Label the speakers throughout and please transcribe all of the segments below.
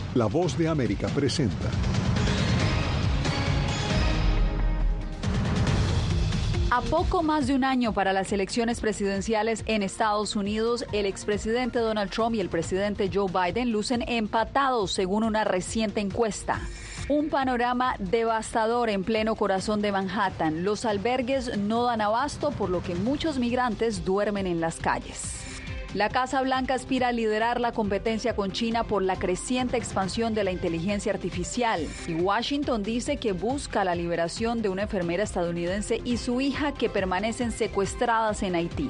Speaker 1: La Voz de América presenta.
Speaker 2: A poco más de un año para las elecciones presidenciales en Estados Unidos, el expresidente Donald Trump y el presidente Joe Biden lucen empatados según una reciente encuesta. Un panorama devastador en pleno corazón de Manhattan. Los albergues no dan abasto, por lo que muchos migrantes duermen en las calles. La Casa Blanca aspira a liderar la competencia con China por la creciente expansión de la inteligencia artificial. Y Washington dice que busca la liberación de una enfermera estadounidense y su hija que permanecen secuestradas en Haití.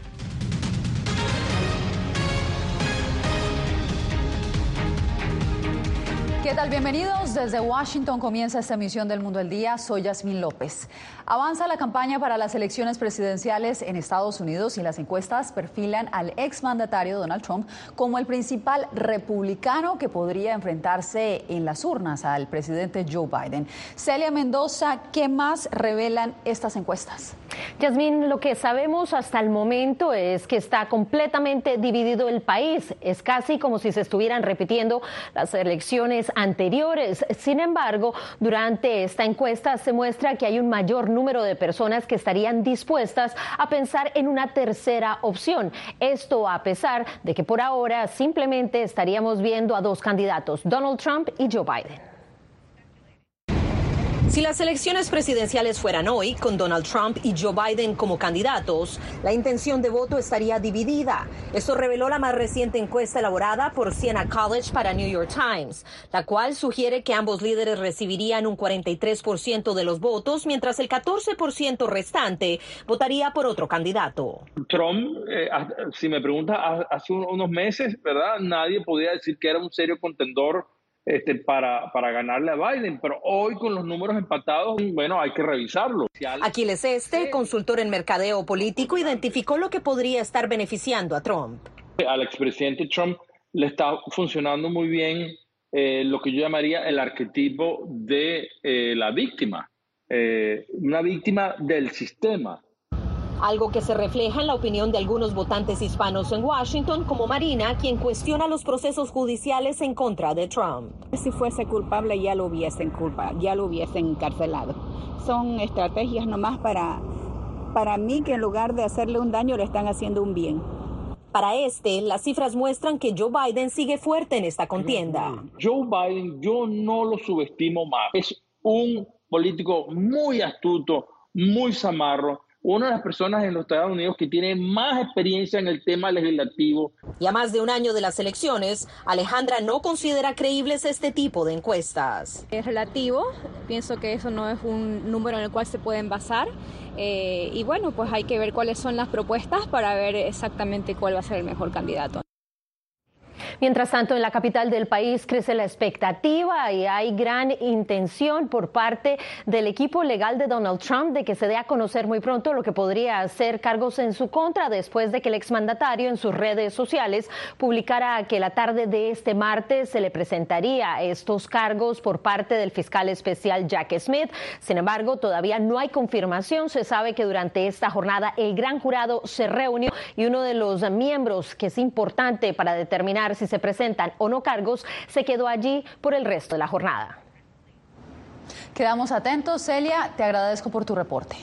Speaker 2: ¿Qué tal? Bienvenidos. Desde Washington comienza esta emisión del Mundo al Día. Soy Yasmín López. Avanza la campaña para las elecciones presidenciales en Estados Unidos y las encuestas perfilan al exmandatario Donald Trump como el principal republicano que podría enfrentarse en las urnas al presidente Joe Biden. Celia Mendoza, ¿qué más revelan estas encuestas?
Speaker 3: Yasmín, lo que sabemos hasta el momento es que está completamente dividido el país. Es casi como si se estuvieran repitiendo las elecciones anteriores. Sin embargo, durante esta encuesta se muestra que hay un mayor número de personas que estarían dispuestas a pensar en una tercera opción. Esto a pesar de que por ahora simplemente estaríamos viendo a dos candidatos, Donald Trump y Joe Biden.
Speaker 4: Si las elecciones presidenciales fueran hoy, con Donald Trump y Joe Biden como candidatos, la intención de voto estaría dividida. Esto reveló la más reciente encuesta elaborada por Siena College para New York Times, la cual sugiere que ambos líderes recibirían un 43% de los votos, mientras el 14% restante votaría por otro candidato.
Speaker 5: Trump, si me pregunta, hace unos meses, ¿verdad? Nadie podía decir que era un serio contendor para ganarle a Biden, pero hoy con los números empatados, bueno, hay que revisarlo.
Speaker 4: Aquiles consultor en mercadeo político, identificó lo que podría estar beneficiando a Trump.
Speaker 5: Al expresidente Trump le está funcionando muy bien lo que yo llamaría el arquetipo de la víctima, una víctima del sistema.
Speaker 4: Algo que se refleja en la opinión de algunos votantes hispanos en Washington, como Marina, quien cuestiona los procesos judiciales en contra de Trump.
Speaker 6: Si fuese culpable ya lo hubiesen encarcelado. Son estrategias nomás para mí que en lugar de hacerle un daño le están haciendo un bien.
Speaker 4: Para las cifras muestran que Joe Biden sigue fuerte en esta contienda.
Speaker 5: Joe Biden, yo no lo subestimo más. Es un político muy astuto, muy zamarro. Una de las personas en los Estados Unidos que tiene más experiencia en el tema legislativo.
Speaker 4: Y a más de un año de las elecciones, Alejandra no considera creíbles este tipo de encuestas.
Speaker 7: Es relativo, pienso que eso no es un número en el cual se pueden basar. Y bueno, pues hay que ver cuáles son las propuestas para ver exactamente cuál va a ser el mejor candidato.
Speaker 3: Mientras tanto, en la capital del país crece la expectativa y hay gran intención por parte del equipo legal de Donald Trump de que se dé a conocer muy pronto lo que podría ser cargos en su contra después de que el exmandatario en sus redes sociales publicara que la tarde de este martes se le presentaría estos cargos por parte del fiscal especial Jack Smith. Sin embargo, todavía no hay confirmación. Se sabe que durante esta jornada el gran jurado se reunió y uno de los miembros que es importante para determinar si se presentan o no cargos, se quedó allí por el resto de la jornada.
Speaker 2: Quedamos atentos. Celia, te agradezco por tu reporte.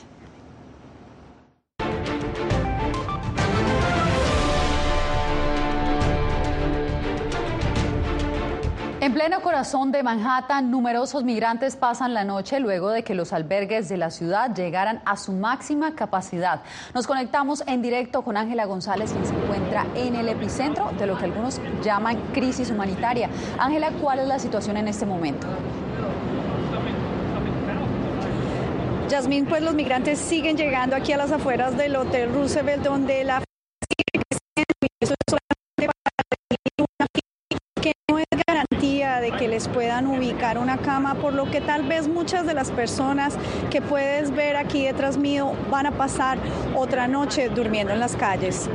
Speaker 2: En pleno corazón de Manhattan, numerosos migrantes pasan la noche luego de que los albergues de la ciudad llegaran a su máxima capacidad. Nos conectamos en directo con Ángela González, quien se encuentra en el epicentro de lo que algunos llaman crisis humanitaria. Ángela, ¿cuál es la situación en este momento?
Speaker 8: Yasmín, pues los migrantes siguen llegando aquí a las afueras del Hotel Roosevelt, donde la que no es garantía de que les puedan ubicar una cama, por lo que tal vez muchas de las personas que puedes ver aquí detrás mío van a pasar otra noche durmiendo en las calles.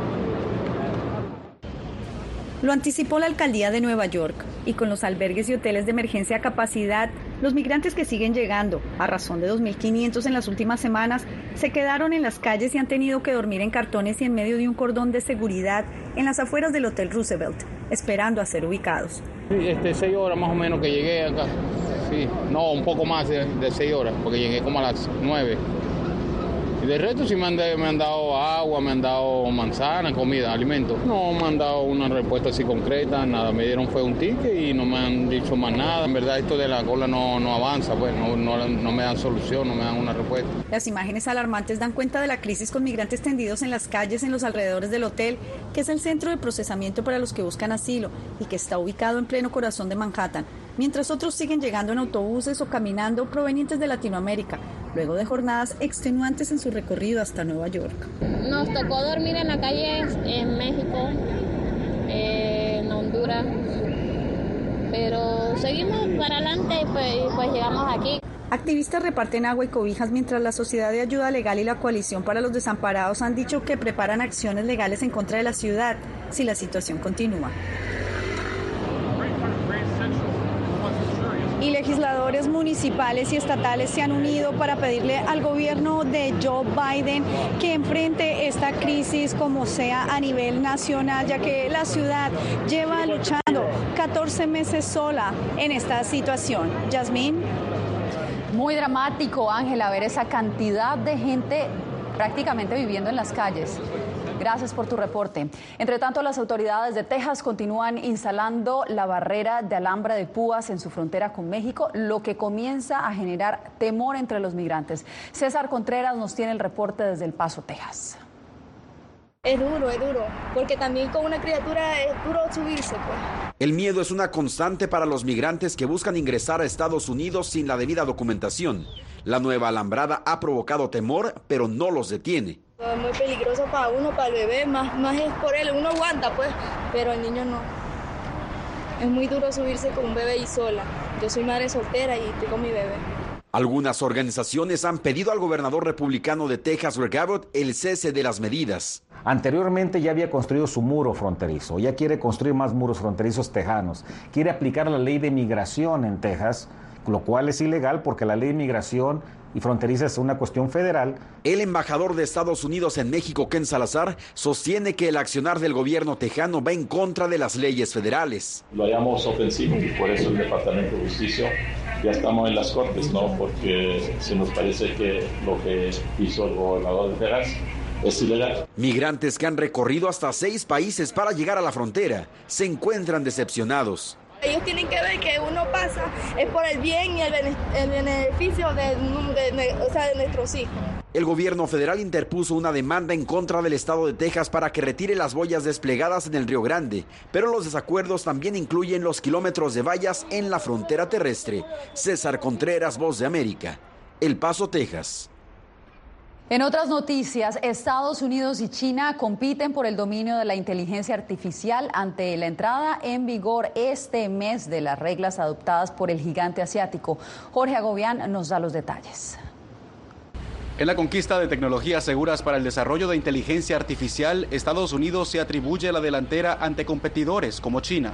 Speaker 8: Lo anticipó la alcaldía de Nueva York y con los albergues y hoteles de emergencia a capacidad, Los migrantes que siguen llegando, a razón de 2.500 en las últimas semanas, se quedaron en las calles y han tenido que dormir en cartones y en medio de un cordón de seguridad en las afueras del Hotel Roosevelt, esperando a ser ubicados.
Speaker 9: 6 horas más o menos que llegué acá. Sí, no, un poco más de 6 horas, porque llegué como a las 9. Y de resto sí me han dado agua, me han dado manzana, comida, alimentos. No me han dado una respuesta así concreta, nada. Me dieron fue un ticket y no me han dicho más nada. En verdad esto de la cola no avanza, pues no me dan solución, no me dan una respuesta.
Speaker 8: Las imágenes alarmantes dan cuenta de la crisis con migrantes tendidos en las calles en los alrededores del hotel, que es el centro de procesamiento para los que buscan asilo y que está ubicado en pleno corazón de Manhattan, mientras otros siguen llegando en autobuses o caminando provenientes de Latinoamérica, luego de jornadas extenuantes en su recorrido hasta Nueva York.
Speaker 10: Nos tocó dormir en la calle en México, en Honduras, pero seguimos para adelante y pues llegamos aquí.
Speaker 8: Activistas reparten agua y cobijas mientras la Sociedad de Ayuda Legal y la Coalición para los Desamparados han dicho que preparan acciones legales en contra de la ciudad si la situación continúa. Y legisladores municipales y estatales se han unido para pedirle al gobierno de Joe Biden que enfrente esta crisis como sea a nivel nacional, ya que la ciudad lleva luchando 14 meses sola en esta situación. Yasmín.
Speaker 2: Muy dramático, Ángela, ver esa cantidad de gente prácticamente viviendo en las calles. Gracias por tu reporte. Entre tanto, las autoridades de Texas continúan instalando la barrera de alambre de púas en su frontera con México, lo que comienza a generar temor entre los migrantes. César Contreras nos tiene el reporte desde El Paso, Texas.
Speaker 11: Es duro, porque también con una criatura es duro subirse, pues.
Speaker 12: El miedo es una constante para los migrantes que buscan ingresar a Estados Unidos sin la debida documentación. La nueva alambrada ha provocado temor, pero no los detiene.
Speaker 11: Es muy peligroso para uno, para el bebé, más es por él. Uno aguanta, pues, pero el niño no. Es muy duro subirse con un bebé y sola. Yo soy madre soltera y estoy con mi bebé.
Speaker 12: Algunas organizaciones han pedido al gobernador republicano de Texas, Greg Abbott, el cese de las medidas.
Speaker 13: Anteriormente ya había construido su muro fronterizo, ya quiere construir más muros fronterizos tejanos. Quiere aplicar la ley de migración en Texas, lo cual es ilegal porque la ley de migración y fronteriza es una cuestión federal.
Speaker 12: El embajador de Estados Unidos en México, Ken Salazar, sostiene que el accionar del gobierno tejano va en contra de las leyes federales.
Speaker 14: Lo hallamos ofensivo y por eso el Departamento de Justicia ya estamos en las cortes, ¿no? Porque se nos parece que lo que hizo el gobernador de Texas es ilegal.
Speaker 12: Migrantes que han recorrido hasta 6 países para llegar a la frontera se encuentran decepcionados.
Speaker 11: Ellos tienen que ver que uno pasa es por el bien y el beneficio de nuestros hijos.
Speaker 12: El gobierno federal interpuso una demanda en contra del estado de Texas para que retire las boyas desplegadas en el Río Grande, pero los desacuerdos también incluyen los kilómetros de vallas en la frontera terrestre. César Contreras, Voz de América, El Paso, Texas.
Speaker 2: En otras noticias, Estados Unidos y China compiten por el dominio de la inteligencia artificial ante la entrada en vigor este mes de las reglas adoptadas por el gigante asiático. Jorge Agobián nos da los detalles.
Speaker 15: En la conquista de tecnologías seguras para el desarrollo de inteligencia artificial, Estados Unidos se atribuye la delantera ante competidores como China.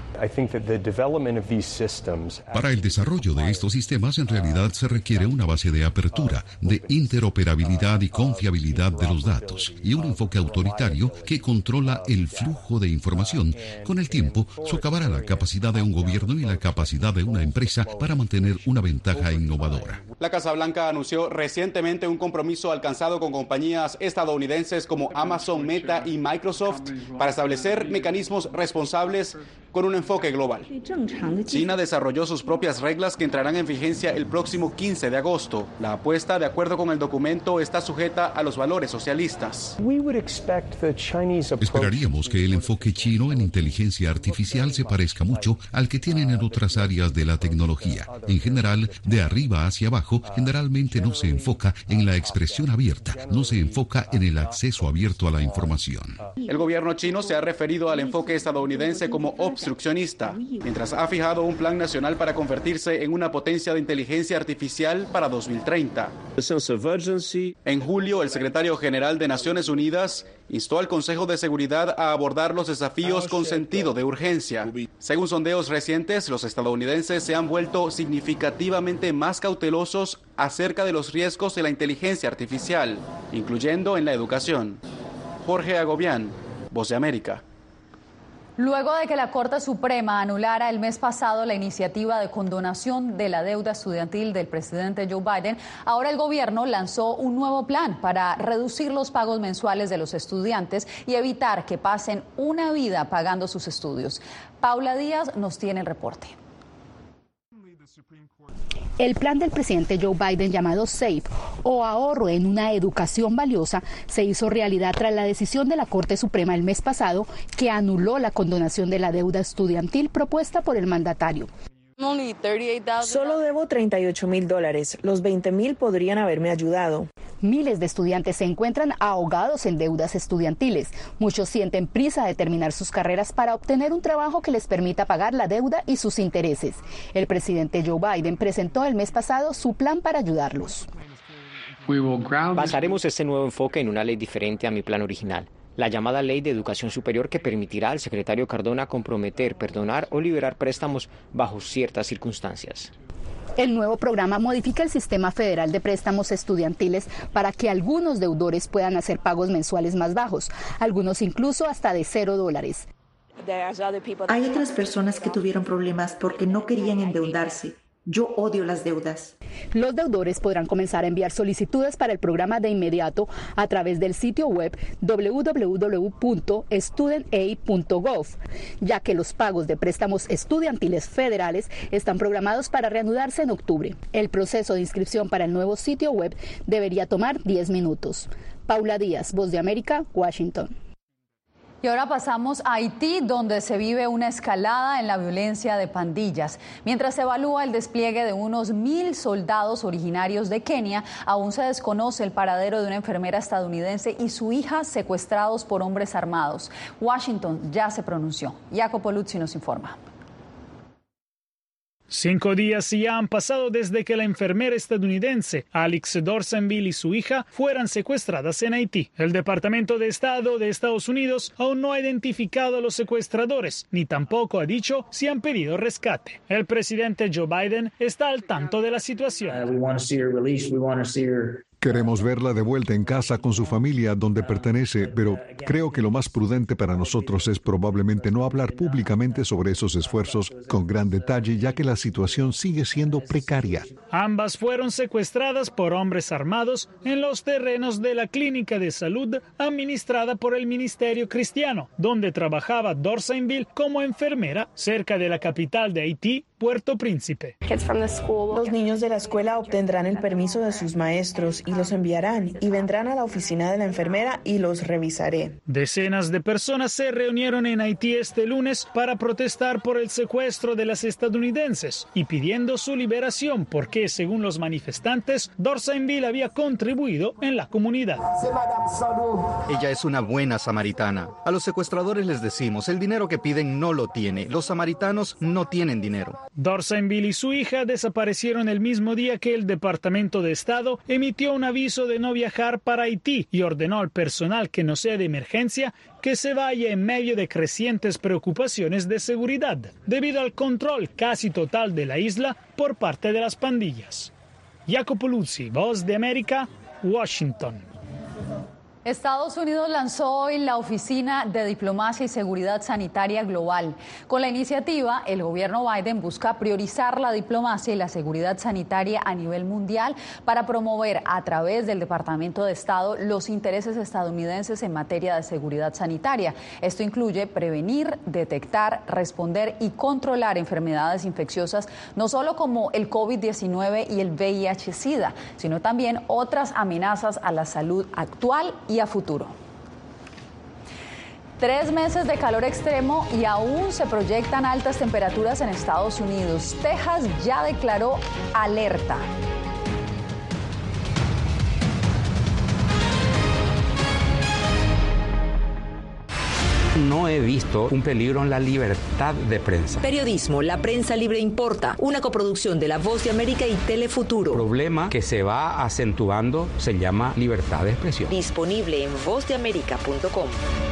Speaker 16: Para el desarrollo de estos sistemas, en realidad se requiere una base de apertura, de interoperabilidad y confiabilidad de los datos, y un enfoque autoritario que controla el flujo de información. Con el tiempo, socavará la capacidad de un gobierno y la capacidad de una empresa para mantener una ventaja innovadora.
Speaker 15: La Casa Blanca anunció recientemente un compromiso alcanzado con compañías estadounidenses como Amazon, Meta y Microsoft para establecer mecanismos responsables con un enfoque global. China desarrolló sus propias reglas que entrarán en vigencia el próximo 15 de agosto. La apuesta, de acuerdo con el documento, está sujeta a los valores socialistas.
Speaker 16: Esperaríamos que el enfoque chino en inteligencia artificial se parezca mucho al que tienen en otras áreas de la tecnología. En general, de arriba hacia abajo, generalmente no se enfoca en la expresión abierta, no se enfoca en el acceso abierto a la información.
Speaker 15: El gobierno chino se ha referido al enfoque estadounidense como obsoleto obstruccionista, mientras ha fijado un plan nacional para convertirse en una potencia de inteligencia artificial para 2030. En julio, el secretario general de Naciones Unidas instó al Consejo de Seguridad a abordar los desafíos con sentido de urgencia. Según sondeos recientes, los estadounidenses se han vuelto significativamente más cautelosos acerca de los riesgos de la inteligencia artificial, incluyendo en la educación. Jorge Agobián, Voz de América.
Speaker 2: Luego de que la Corte Suprema anulara el mes pasado la iniciativa de condonación de la deuda estudiantil del presidente Joe Biden, ahora el gobierno lanzó un nuevo plan para reducir los pagos mensuales de los estudiantes y evitar que pasen una vida pagando sus estudios. Paula Díaz nos tiene el reporte.
Speaker 17: El plan del presidente Joe Biden, llamado SAFE, o ahorro en una educación valiosa, se hizo realidad tras la decisión de la Corte Suprema el mes pasado que anuló la condonación de la deuda estudiantil propuesta por el mandatario.
Speaker 18: Solo debo $38,000. Los $20,000 podrían haberme ayudado.
Speaker 17: Miles de estudiantes se encuentran ahogados en deudas estudiantiles. Muchos sienten prisa de terminar sus carreras para obtener un trabajo que les permita pagar la deuda y sus intereses. El presidente Joe Biden presentó el mes pasado su plan para ayudarlos.
Speaker 19: Basaremos este nuevo enfoque en una ley diferente a mi plan original, la llamada Ley de Educación Superior, que permitirá al secretario Cardona comprometer, perdonar o liberar préstamos bajo ciertas circunstancias.
Speaker 17: El nuevo programa modifica el sistema federal de préstamos estudiantiles para que algunos deudores puedan hacer pagos mensuales más bajos, algunos incluso hasta de $0.
Speaker 20: Hay otras personas que tuvieron problemas porque no querían endeudarse. Yo odio las deudas.
Speaker 17: Los deudores podrán comenzar a enviar solicitudes para el programa de inmediato a través del sitio web www.studentaid.gov, ya que los pagos de préstamos estudiantiles federales están programados para reanudarse en octubre. El proceso de inscripción para el nuevo sitio web debería tomar 10 minutos. Paula Díaz, Voz de América, Washington.
Speaker 2: Y ahora pasamos a Haití, donde se vive una escalada en la violencia de pandillas. Mientras se evalúa el despliegue de unos 1,000 soldados originarios de Kenia, aún se desconoce el paradero de una enfermera estadounidense y su hija secuestrados por hombres armados. Washington ya se pronunció. Jacopo Luzzi nos informa.
Speaker 21: 5 días ya han pasado desde que la enfermera estadounidense Alex Dorsenville y su hija fueran secuestradas en Haití. El Departamento de Estado de Estados Unidos aún no ha identificado a los secuestradores, ni tampoco ha dicho si han pedido rescate. El presidente Joe Biden está al tanto de la situación.
Speaker 1: Queremos verla de vuelta en casa con su familia donde pertenece, pero creo que lo más prudente para nosotros es probablemente no hablar públicamente sobre esos esfuerzos con gran detalle, ya que la situación sigue siendo precaria.
Speaker 21: Ambas fueron secuestradas por hombres armados en los terrenos de la clínica de salud administrada por el Ministerio Cristiano, donde trabajaba Dorsenville como enfermera cerca de la capital de Haití, Puerto Príncipe.
Speaker 18: Los niños de la escuela obtendrán el permiso de sus maestros y los enviarán y vendrán a la oficina de la enfermera y los revisaré.
Speaker 21: Decenas de personas se reunieron en Haití este lunes para protestar por el secuestro de las estadounidenses y pidiendo su liberación porque, según los manifestantes, Dorsenville había contribuido en la comunidad.
Speaker 22: Ella es una buena samaritana. A los secuestradores les decimos, el dinero que piden no lo tiene. Los samaritanos no tienen dinero.
Speaker 21: Dorsenville y su hija desaparecieron el mismo día que el Departamento de Estado emitió un aviso de no viajar para Haití y ordenó al personal que no sea de emergencia que se vaya en medio de crecientes preocupaciones de seguridad, debido al control casi total de la isla por parte de las pandillas. Jacopo Luzzi, Voz de América, Washington.
Speaker 2: Estados Unidos lanzó hoy la Oficina de Diplomacia y Seguridad Sanitaria Global. Con la iniciativa, el gobierno Biden busca priorizar la diplomacia y la seguridad sanitaria a nivel mundial para promover a través del Departamento de Estado los intereses estadounidenses en materia de seguridad sanitaria. Esto incluye prevenir, detectar, responder y controlar enfermedades infecciosas, no solo como el COVID-19 y el VIH-Sida, sino también otras amenazas a la salud actual y a futuro. 3 meses de calor extremo y aún se proyectan altas temperaturas en Estados Unidos. Texas ya declaró alerta.
Speaker 5: No he visto un peligro en la libertad de prensa.
Speaker 4: Periodismo, la prensa libre importa. Una coproducción de La Voz de América y Telefuturo.
Speaker 5: El problema que se va acentuando se llama libertad de expresión.
Speaker 4: Disponible en vozdeamerica.com.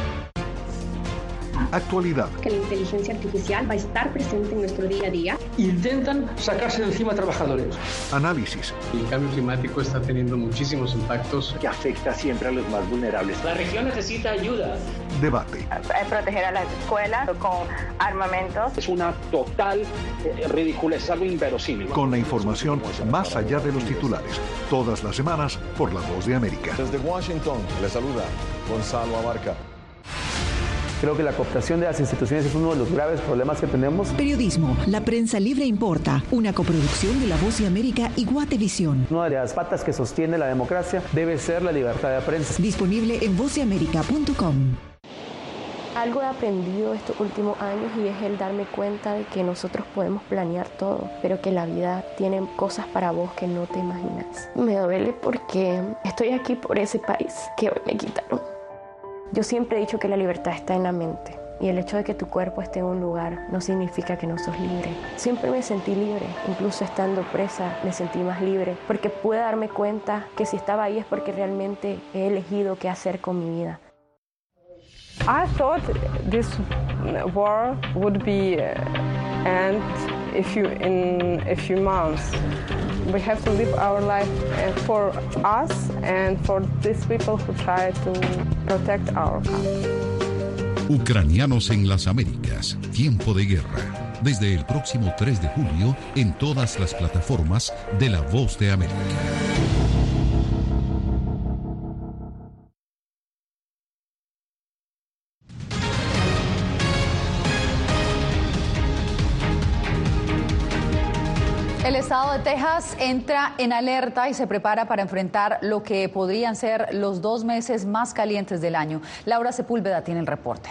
Speaker 1: Actualidad.
Speaker 6: Que la inteligencia artificial va a estar presente en nuestro día a día.
Speaker 23: Intentan sacarse de encima a trabajadores.
Speaker 1: Análisis.
Speaker 24: El cambio climático está teniendo muchísimos impactos
Speaker 25: que afecta siempre a los más vulnerables.
Speaker 26: La región necesita ayuda.
Speaker 1: Debate.
Speaker 27: Proteger a las escuelas con armamentos.
Speaker 25: Es una total ridícula, es algo inverosímil.
Speaker 1: Con la información más allá de los titulares. Todas las semanas por La Voz de América.
Speaker 28: Desde Washington, le saluda Gonzalo Abarca.
Speaker 29: Creo que la cooptación de las instituciones es uno de los graves problemas que tenemos.
Speaker 30: Periodismo, la prensa libre importa. Una coproducción de La Voz de América y Guatevisión.
Speaker 29: Una de las patas que sostiene la democracia debe ser la libertad de prensa.
Speaker 30: Disponible en vozdeamerica.com.
Speaker 31: Algo he aprendido estos últimos años y es el darme cuenta de que nosotros podemos planear todo, pero que la vida tiene cosas para vos que no te imaginas. Me duele porque estoy aquí por ese país que hoy me quitaron. Yo siempre he dicho que la libertad está en la mente y el hecho de que tu cuerpo esté en un lugar no significa que no sos libre. Siempre me sentí libre, incluso estando presa me sentí más libre porque pude darme cuenta que si estaba ahí es porque realmente he elegido qué hacer con mi vida.
Speaker 32: I thought this war would be end in a few months. We have to live our life for us and for these people who try to protect our country.
Speaker 16: Ucranianos en las Américas, tiempo de guerra. Desde el próximo 3 de julio en todas las plataformas de La Voz de América.
Speaker 2: El estado de Texas entra en alerta y se prepara para enfrentar lo que podrían ser los 2 meses más calientes del año. Laura Sepúlveda tiene el reporte.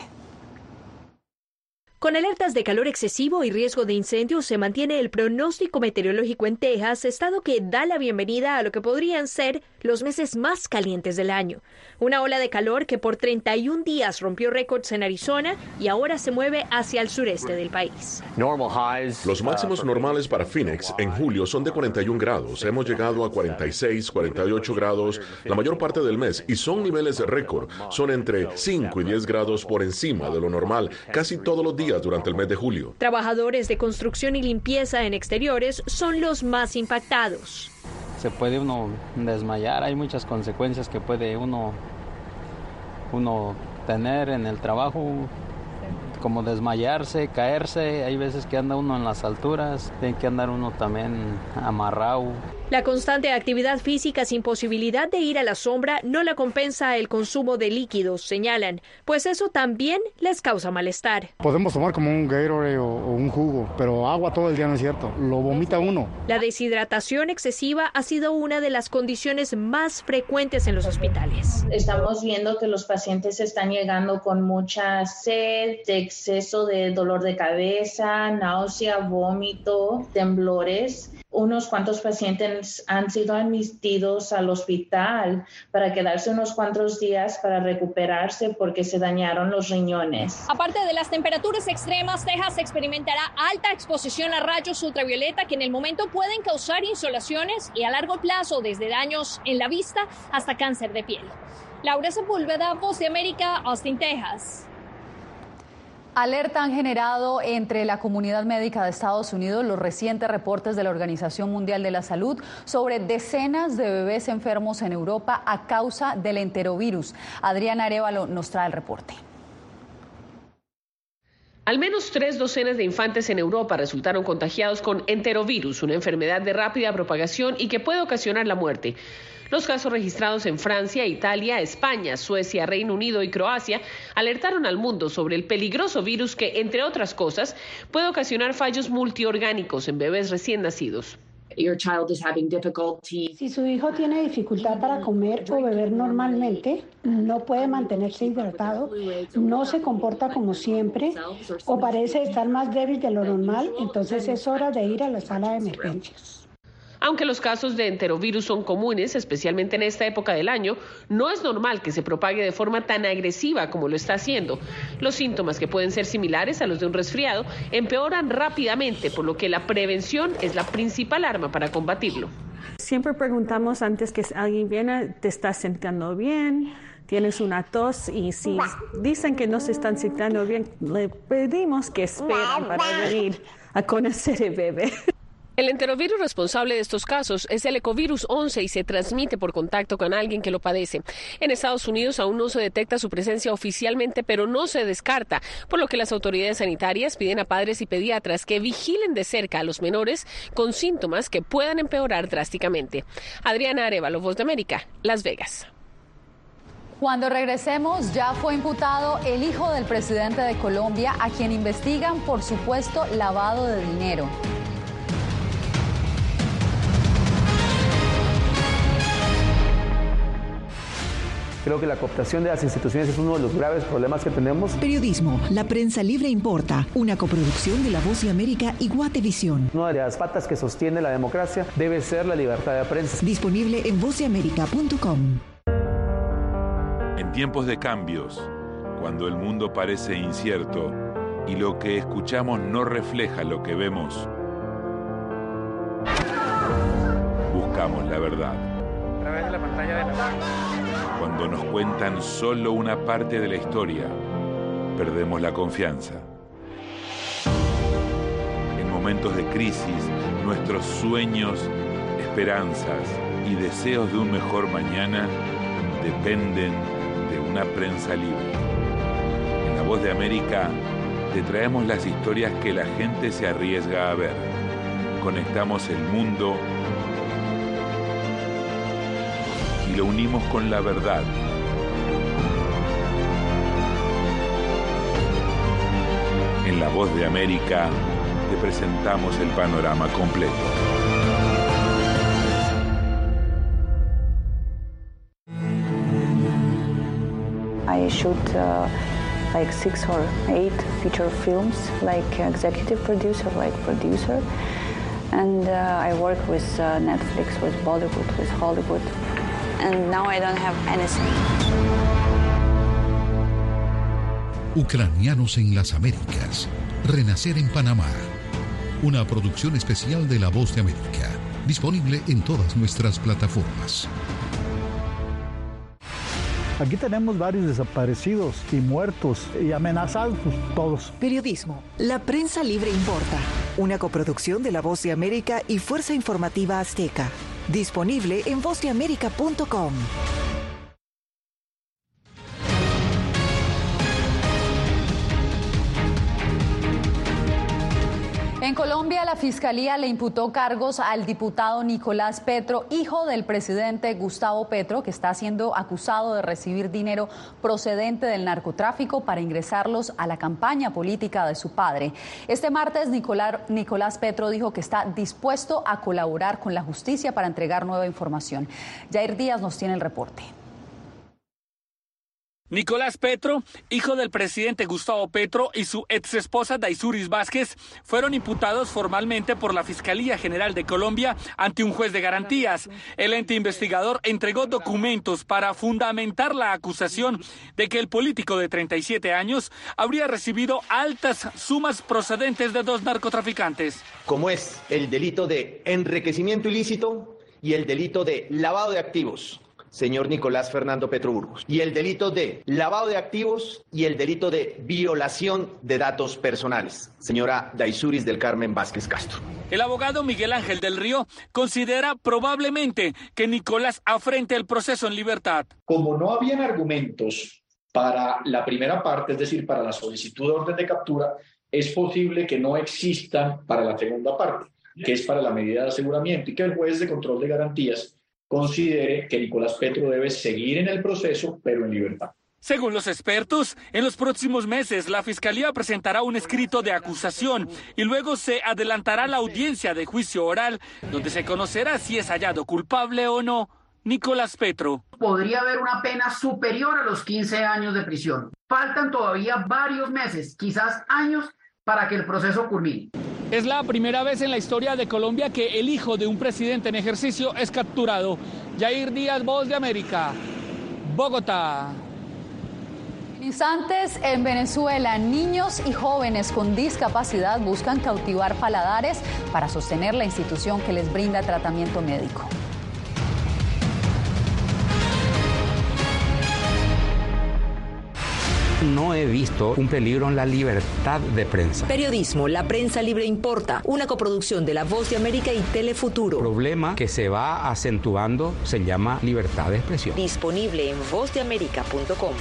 Speaker 33: Con alertas de calor excesivo y riesgo de incendios, se mantiene el pronóstico meteorológico en Texas, estado que da la bienvenida a lo que podrían ser los meses más calientes del año. Una ola de calor que por 31 días rompió récords en Arizona y ahora se mueve hacia el sureste del país.
Speaker 34: Los máximos normales para Phoenix en julio son de 41 grados. Hemos llegado a 46, 48 grados la mayor parte del mes y son niveles de récord. Son entre 5 y 10 grados por encima de lo normal casi todos los días durante el mes de julio.
Speaker 33: Trabajadores de construcción y limpieza en exteriores son los más impactados.
Speaker 35: Se puede uno desmayar, hay muchas consecuencias que puede uno tener en el trabajo, como desmayarse, caerse, hay veces que anda uno en las alturas, tiene que andar uno también amarrado.
Speaker 33: La constante actividad física sin posibilidad de ir a la sombra no la compensa el consumo de líquidos, señalan, pues eso también les causa malestar.
Speaker 36: Podemos tomar como un Gatorade o un jugo, pero agua todo el día no es cierto, lo vomita uno.
Speaker 33: La deshidratación excesiva ha sido una de las condiciones más frecuentes en los hospitales.
Speaker 37: Estamos viendo que los pacientes están llegando con mucha sed, exceso de dolor de cabeza, náusea, vómito, temblores. Unos cuantos pacientes han sido admitidos al hospital para quedarse unos cuantos días para recuperarse porque se dañaron los riñones.
Speaker 33: Aparte de las temperaturas extremas, Texas experimentará alta exposición a rayos ultravioleta que en el momento pueden causar insolaciones y a largo plazo desde daños en la vista hasta cáncer de piel. Laura Sepúlveda, Voz de América, Austin, Texas.
Speaker 2: Alerta han generado entre la comunidad médica de Estados Unidos los recientes reportes de la Organización Mundial de la Salud sobre decenas de bebés enfermos en Europa a causa del enterovirus. Adriana Arévalo nos trae el reporte.
Speaker 38: Al menos 3 docenas de infantes en Europa resultaron contagiados con enterovirus, una enfermedad de rápida propagación y que puede ocasionar la muerte. Los casos registrados en Francia, Italia, España, Suecia, Reino Unido y Croacia alertaron al mundo sobre el peligroso virus que, entre otras cosas, puede ocasionar fallos multiorgánicos en bebés recién nacidos.
Speaker 39: Si su hijo tiene dificultad para comer o beber normalmente, no puede mantenerse hidratado, no se comporta como siempre o parece estar más débil de lo normal, entonces es hora de ir a la sala de emergencias.
Speaker 38: Aunque los casos de enterovirus son comunes, especialmente en esta época del año, no es normal que se propague de forma tan agresiva como lo está haciendo. Los síntomas, que pueden ser similares a los de un resfriado, empeoran rápidamente, por lo que la prevención es la principal arma para combatirlo.
Speaker 3: Siempre preguntamos antes que alguien viene, ¿te estás sintiendo bien? ¿Tienes una tos? Y si dicen que no se están sintiendo bien, le pedimos que esperen para venir a conocer el bebé.
Speaker 38: El enterovirus responsable de estos casos es el ecovirus 11 y se transmite por contacto con alguien que lo padece. En Estados Unidos aún no se detecta su presencia oficialmente, pero no se descarta, por lo que las autoridades sanitarias piden a padres y pediatras que vigilen de cerca a los menores con síntomas que puedan empeorar drásticamente. Adriana Arévalo, Voz de América, Las Vegas.
Speaker 2: Cuando regresemos, ya fue imputado el hijo del presidente de Colombia, a quien investigan por supuesto lavado de dinero.
Speaker 29: Creo que la cooptación de las instituciones es uno de los graves problemas que tenemos.
Speaker 30: Periodismo, la prensa libre importa, una coproducción de La Voz de América y Guatevisión.
Speaker 29: Una de las patas que sostiene la democracia debe ser la libertad de prensa.
Speaker 30: Disponible en vozdeamerica.com.
Speaker 4: En tiempos de cambios, cuando el mundo parece incierto y lo que escuchamos no refleja lo que vemos, buscamos la verdad.
Speaker 5: A través de la pantalla de la...
Speaker 4: Cuando nos cuentan solo una parte de la historia, perdemos la confianza. En momentos de crisis, nuestros sueños, esperanzas y deseos de un mejor mañana dependen de una prensa libre. En La Voz de América te traemos las historias que la gente se arriesga a ver. Conectamos el mundo y lo unimos con la verdad. En La Voz de América te presentamos el panorama completo.
Speaker 27: I shoot like 6 or 8 feature films, like executive producer, like producer, and I work with Netflix, with Bollywood, with Hollywood. And now I don't have anything.
Speaker 16: Ucranianos en las Américas. Renacer en Panamá. Una producción especial de La Voz de América. Disponible en todas nuestras plataformas.
Speaker 36: Aquí tenemos varios desaparecidos y muertos y amenazados todos.
Speaker 30: Periodismo, la prensa libre importa. Una coproducción de La Voz de América y Fuerza Informativa Azteca. Disponible en vozdeamerica.com.
Speaker 2: En Colombia, la Fiscalía le imputó cargos al diputado Nicolás Petro, hijo del presidente Gustavo Petro, que está siendo acusado de recibir dinero procedente del narcotráfico para ingresarlos a la campaña política de su padre. Este martes, Nicolás Petro dijo que está dispuesto a colaborar con la justicia para entregar nueva información. Jair Díaz nos tiene el reporte.
Speaker 7: Nicolás Petro, hijo del presidente Gustavo Petro, y su exesposa Daisuris Vázquez fueron imputados formalmente por la Fiscalía General de Colombia ante un juez de garantías. El ente investigador entregó documentos para fundamentar la acusación de que el político de 37 años habría recibido altas sumas procedentes de 2 narcotraficantes.
Speaker 8: Como es el delito de enriquecimiento ilícito y el delito de lavado de activos, señor Nicolás Fernando Petro Burgos, y el delito de lavado de activos y el delito de violación de datos personales, señora Daisuris del Carmen Vázquez Castro.
Speaker 7: El abogado Miguel Ángel del Río considera probablemente que Nicolás afrente el proceso en libertad.
Speaker 9: Como no habían argumentos para la primera parte, es decir, para la solicitud de orden de captura, es posible que no existan para la segunda parte, que es para la medida de aseguramiento, y que el juez de control de garantías considere que Nicolás Petro debe seguir en el proceso, pero en libertad.
Speaker 7: Según los expertos, en los próximos meses la Fiscalía presentará un escrito de acusación y luego se adelantará la audiencia de juicio oral, donde se conocerá si es hallado culpable o no Nicolás Petro.
Speaker 10: Podría haber una pena superior a los 15 años de prisión. Faltan todavía varios meses, quizás años, para que el proceso culmine.
Speaker 7: Es la primera vez en la historia de Colombia que el hijo de un presidente en ejercicio es capturado. Yair Díaz, Voz de América, Bogotá.
Speaker 2: Instantes en Venezuela, niños y jóvenes con discapacidad buscan cautivar paladares para sostener la institución que les brinda tratamiento médico.
Speaker 1: No he visto un peligro en la libertad de prensa.
Speaker 6: Periodismo, la prensa libre importa. Una coproducción de La Voz de América y Telefuturo.
Speaker 1: El problema que se va acentuando se llama libertad de expresión.
Speaker 6: Disponible en vozdeamerica.com.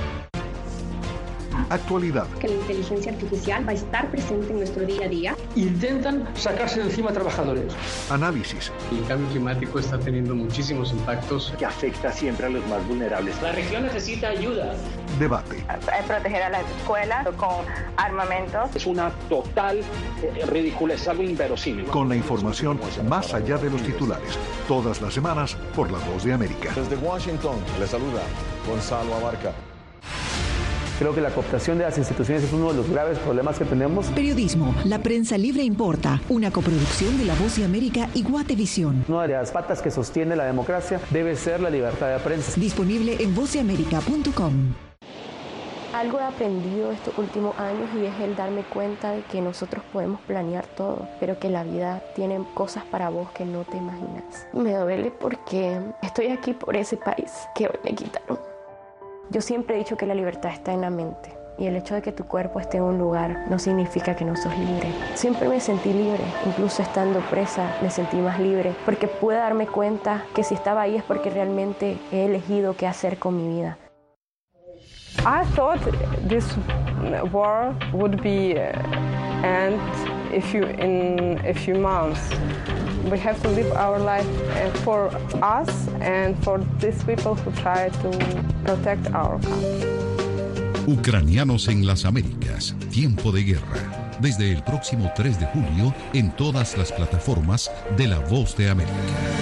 Speaker 11: Actualidad.
Speaker 12: Que la inteligencia artificial va a estar presente en nuestro día a día.
Speaker 13: Intentan sacarse de encima a trabajadores.
Speaker 11: Análisis.
Speaker 14: El cambio climático está teniendo muchísimos impactos
Speaker 15: que afecta siempre a los más vulnerables.
Speaker 17: La región necesita ayuda.
Speaker 11: Debate.
Speaker 18: Proteger a las escuelas con armamentos.
Speaker 15: Es una total ridícula, es algo inverosímil.
Speaker 11: Con la información más allá de los titulares. Todas las semanas por La Voz de América.
Speaker 19: Desde Washington, le saluda Gonzalo Abarca.
Speaker 29: Creo que la cooptación de las instituciones es uno de los graves problemas que tenemos.
Speaker 30: Periodismo, la prensa libre importa. Una coproducción de La Voz de América y Guatevisión.
Speaker 29: Una de las patas que sostiene la democracia debe ser la libertad de prensa.
Speaker 30: Disponible en vozdeamerica.com.
Speaker 20: Algo he aprendido estos últimos años y es el darme cuenta de que nosotros podemos planear todo, pero que la vida tiene cosas para vos que no te imaginas. Me duele porque estoy aquí por ese país que hoy me quitaron. Yo siempre he dicho que la libertad está en la mente y el hecho de que tu cuerpo esté en un lugar no significa que no sos libre. Siempre me sentí libre, incluso estando presa me sentí más libre porque pude darme cuenta que si estaba ahí es porque realmente he elegido qué hacer con mi vida.
Speaker 32: I thought this war would be end in a few months. We have to live our life for us and for these people who try to protect our country.
Speaker 16: Ucranianos en las Américas, tiempo de guerra. Desde el próximo 3 de julio en todas las plataformas de La Voz de América.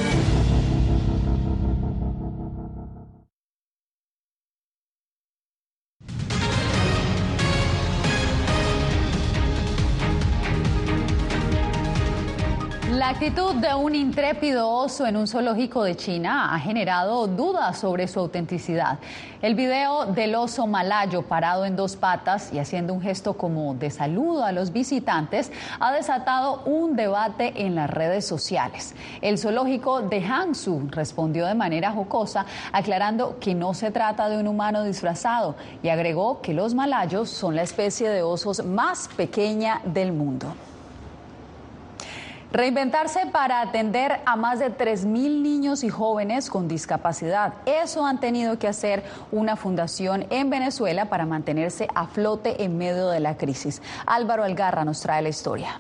Speaker 2: La actitud de un intrépido oso en un zoológico de China ha generado dudas sobre su autenticidad. El video del oso malayo parado en dos patas y haciendo un gesto como de saludo a los visitantes ha desatado un debate en las redes sociales. El zoológico de Hangzhou respondió de manera jocosa, aclarando que no se trata de un humano disfrazado y agregó que los malayos son la especie de osos más pequeña del mundo. Reinventarse para atender a más de 3.000 niños y jóvenes con discapacidad. Eso han tenido que hacer una fundación en Venezuela para mantenerse a flote en medio de la crisis. Álvaro Algarra nos trae la historia.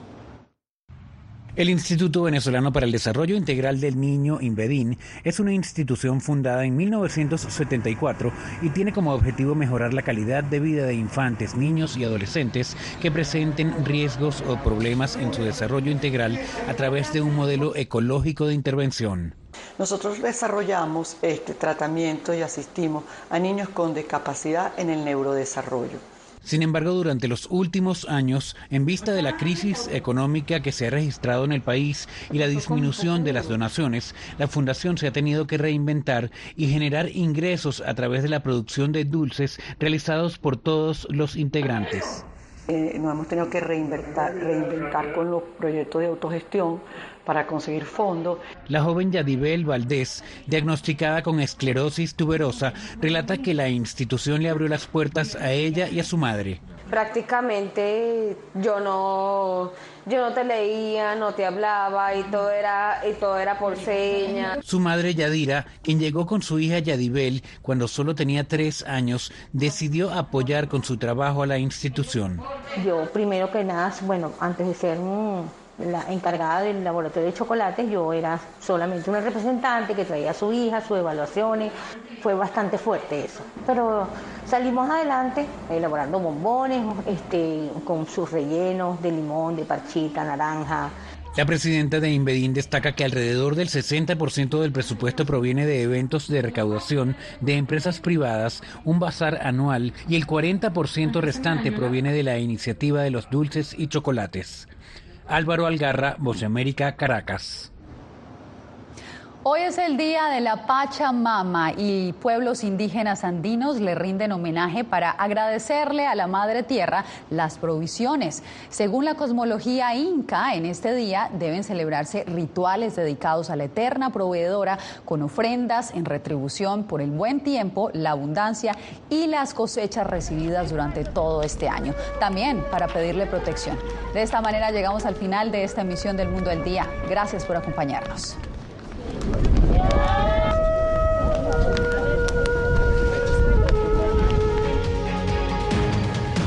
Speaker 21: El Instituto Venezolano para el Desarrollo Integral del Niño, INVEDIN, es una institución fundada en 1974 y tiene como objetivo mejorar la calidad de vida de infantes, niños y adolescentes que presenten riesgos o problemas en su desarrollo integral a través de un modelo ecológico de intervención.
Speaker 22: Nosotros desarrollamos este tratamiento y asistimos a niños con discapacidad en el neurodesarrollo.
Speaker 21: Sin embargo, durante los últimos años, en vista de la crisis económica que se ha registrado en el país y la disminución de las donaciones, la Fundación se ha tenido que reinventar y generar ingresos a través de la producción de dulces realizados por todos los integrantes.
Speaker 22: Nos hemos tenido que reinventar con los proyectos de autogestión para conseguir fondos.
Speaker 21: La joven Yadibel Valdés, diagnosticada con esclerosis tuberosa, relata que la institución le abrió las puertas a ella y a su madre.
Speaker 20: Prácticamente yo no te leía, no te hablaba y todo era por señas.
Speaker 21: Su madre Yadira, quien llegó con su hija Yadibel cuando solo tenía 3 años, decidió apoyar con su trabajo a la institución.
Speaker 20: Yo primero que nada, antes de ser la encargada del laboratorio de chocolates, yo era solamente una representante que traía a su hija, sus evaluaciones. Fue bastante fuerte eso, pero salimos adelante elaborando bombones con sus rellenos de limón, de parchita, naranja.
Speaker 21: La presidenta de INVEDIN destaca que alrededor del 60% del presupuesto proviene de eventos de recaudación de empresas privadas, un bazar anual, y el 40% restante proviene de la iniciativa de los dulces y chocolates. Álvaro Algarra, Voz de América, Caracas.
Speaker 2: Hoy es el día de la Pachamama y pueblos indígenas andinos le rinden homenaje para agradecerle a la Madre Tierra las provisiones. Según la cosmología inca, en este día deben celebrarse rituales dedicados a la eterna proveedora con ofrendas en retribución por el buen tiempo, la abundancia y las cosechas recibidas durante todo este año. También para pedirle protección. De esta manera llegamos al final de esta emisión del Mundo del Día. Gracias por acompañarnos. Yeah.